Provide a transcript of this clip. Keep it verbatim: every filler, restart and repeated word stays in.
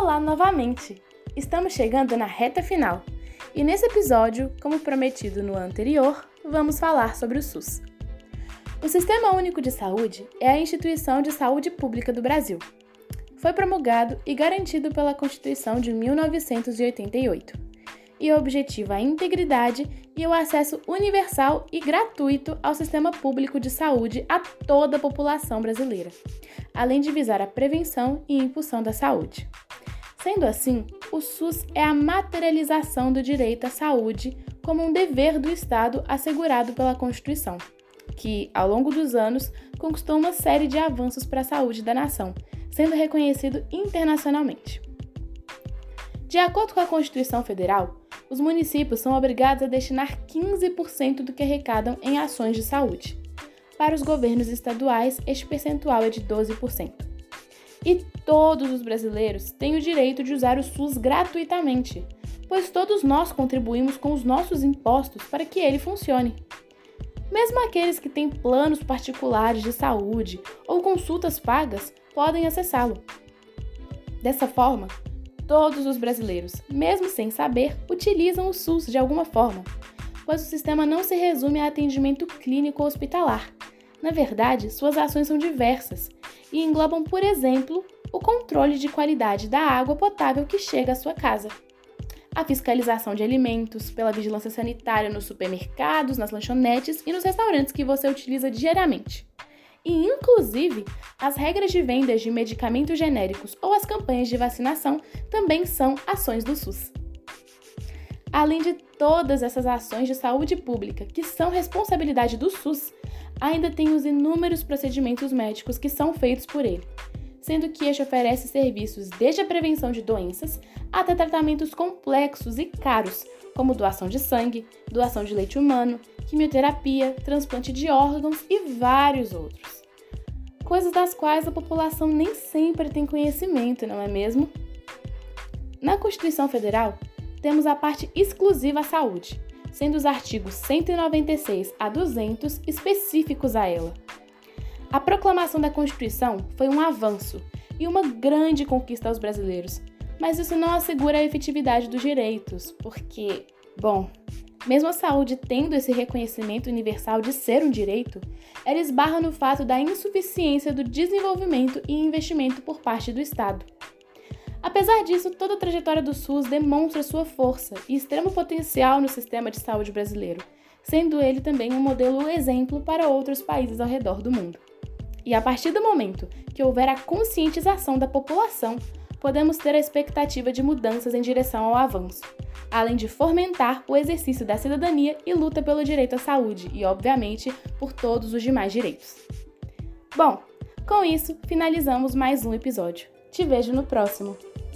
Olá novamente! Estamos chegando na reta final e nesse episódio, como prometido no anterior, vamos falar sobre o SUS. O Sistema Único de Saúde é a instituição de saúde pública do Brasil. Foi promulgado e garantido pela Constituição de mil novecentos e oitenta e oito e objetiva a integridade e o acesso universal e gratuito ao sistema público de saúde a toda a população brasileira, além de visar a prevenção e impulsão da saúde. Sendo assim, o SUS é a materialização do direito à saúde como um dever do Estado assegurado pela Constituição, que, ao longo dos anos, conquistou uma série de avanços para a saúde da nação, sendo reconhecido internacionalmente. De acordo com a Constituição Federal, os municípios são obrigados a destinar quinze por cento do que arrecadam em ações de saúde. Para os governos estaduais, este percentual é de doze por cento. E todos os brasileiros têm o direito de usar o SUS gratuitamente, pois todos nós contribuímos com os nossos impostos para que ele funcione. Mesmo aqueles que têm planos particulares de saúde ou consultas pagas podem acessá-lo. Dessa forma, todos os brasileiros, mesmo sem saber, utilizam o SUS de alguma forma, pois o sistema não se resume a atendimento clínico ou hospitalar. Na verdade, suas ações são diversas e englobam, por exemplo, o controle de qualidade da água potável que chega à sua casa, a fiscalização de alimentos pela vigilância sanitária nos supermercados, nas lanchonetes e nos restaurantes que você utiliza diariamente. E, inclusive, as regras de vendas de medicamentos genéricos ou as campanhas de vacinação também são ações do SUS. Além de todas essas ações de saúde pública que são responsabilidade do SUS, ainda tem os inúmeros procedimentos médicos que são feitos por ele, sendo que este oferece serviços desde a prevenção de doenças até tratamentos complexos e caros, como doação de sangue, doação de leite humano, quimioterapia, transplante de órgãos e vários outros. Coisas das quais a população nem sempre tem conhecimento, não é mesmo? Na Constituição Federal, temos a parte exclusiva à saúde, sendo os artigos cento e noventa e seis a duzentos específicos a ela. A proclamação da Constituição foi um avanço e uma grande conquista aos brasileiros, mas isso não assegura a efetividade dos direitos, porque, bom, mesmo a saúde tendo esse reconhecimento universal de ser um direito, ela esbarra no fato da insuficiência do desenvolvimento e investimento por parte do Estado. Apesar disso, toda a trajetória do SUS demonstra sua força e extremo potencial no sistema de saúde brasileiro, sendo ele também um modelo exemplo para outros países ao redor do mundo. E a partir do momento que houver a conscientização da população, podemos ter a expectativa de mudanças em direção ao avanço, além de fomentar o exercício da cidadania e luta pelo direito à saúde e, obviamente, por todos os demais direitos. Bom, com isso, finalizamos mais um episódio. Te vejo no próximo!